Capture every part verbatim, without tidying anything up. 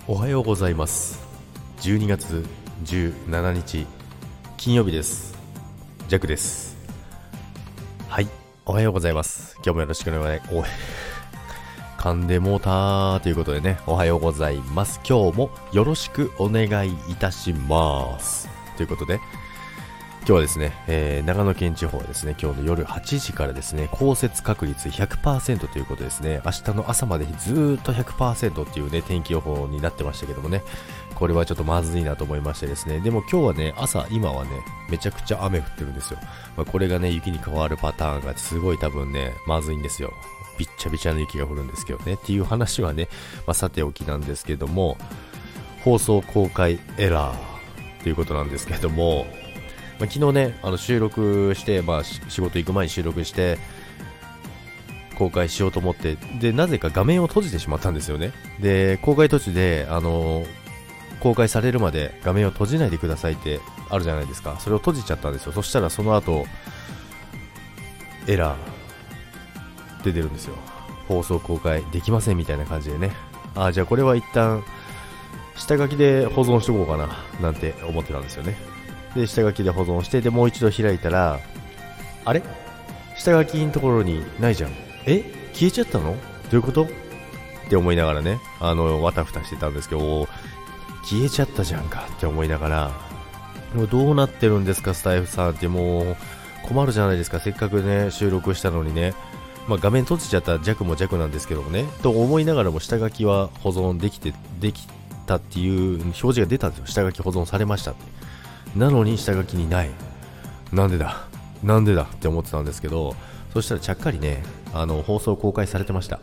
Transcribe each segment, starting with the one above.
おはようございます。じゅうにがつじゅうしちにち金曜日です。ジャックです。はい、おはようございます。今日もよろしくお願いおい噛んでもうたーということでね、おはようございます。今日もよろしくお願いいたしますということで、今日はですね、えー、長野県地方はですね、今日の夜はちじからですね、降雪確率 ひゃくパーセント ということですね。明日の朝までずーっと ひゃくパーセント っていうね、天気予報になってましたけどもね、これはちょっとまずいなと思いましてですね、でも今日はね、朝、今はね、めちゃくちゃ雨降ってるんですよ。まあ、これがね、雪に変わるパターンがすごい多分ね、まずいんですよ。びっちゃびちゃの雪が降るんですけどね、っていう話はね、まあ、さておきなんですけども、放送公開エラーということなんですけども、まあ、昨日ね、あの収録して、まあ、仕事行く前に収録して公開しようと思って、でなぜか画面を閉じてしまったんですよね。で公開途中で、あのー、公開されるまで画面を閉じないでくださいってあるじゃないですか。それを閉じちゃったんですよ。そしたらその後エラー出てるんですよ。放送公開できませんみたいな感じでね。ああ、じゃあこれは一旦下書きで保存しとこうかななんて思ってたんですよね。で下書きで保存して、でもう一度開いたら、あれ下書きのところにないじゃん、え消えちゃったの、どういうことって思いながらね、あのわたふたしてたんですけど、消えちゃったじゃんかって思いながら、もうどうなってるんですかスタイフさんって、もう困るじゃないですか。せっかくね収録したのにね、まあ、画面閉じちゃったら弱も弱なんですけどもね、と思いながらも下書きは保存できてできたっていう表示が出たんですよ。下書き保存されましたって。なのに下書きにない、なんでだなんでだって思ってたんですけど、そしたらちゃっかりね、あの放送公開されてました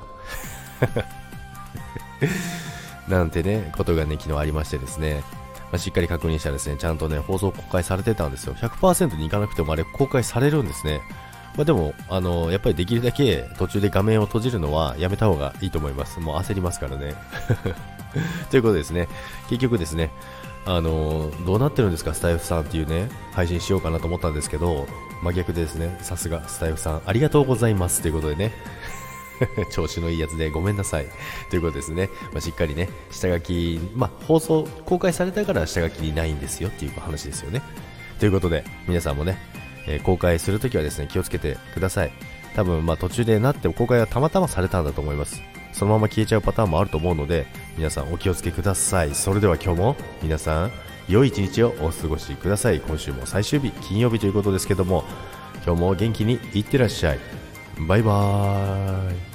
なんてねことがね昨日ありましてですね、まあ、しっかり確認したらですね、ちゃんとね放送公開されてたんですよ。 ひゃくパーセント にいかなくてもあれ公開されるんですね。まあ、でもあのやっぱりできるだけ途中で画面を閉じるのはやめた方がいいと思います。もう焦りますからねということでですね、結局ですね、あのー、どうなってるんですかスタイフさんっていうね配信しようかなと思ったんですけど、真逆でですね、さすがスタイフさんありがとうございますということでね調子のいいやつでごめんなさいということですね。まあ、しっかりね下書き、まあ、放送公開されたから下書きにないんですよっていう話ですよね。ということで皆さんもね、えー、公開するときはですね気をつけてください。多分まあ途中でなっても公開がたまたまされたんだと思います。そのまま消えちゃうパターンもあると思うので、皆さんお気をつけください。それでは今日も皆さん良い一日をお過ごしください。今週も最終日金曜日ということですけども、今日も元気にいってらっしゃい。バイバーイ。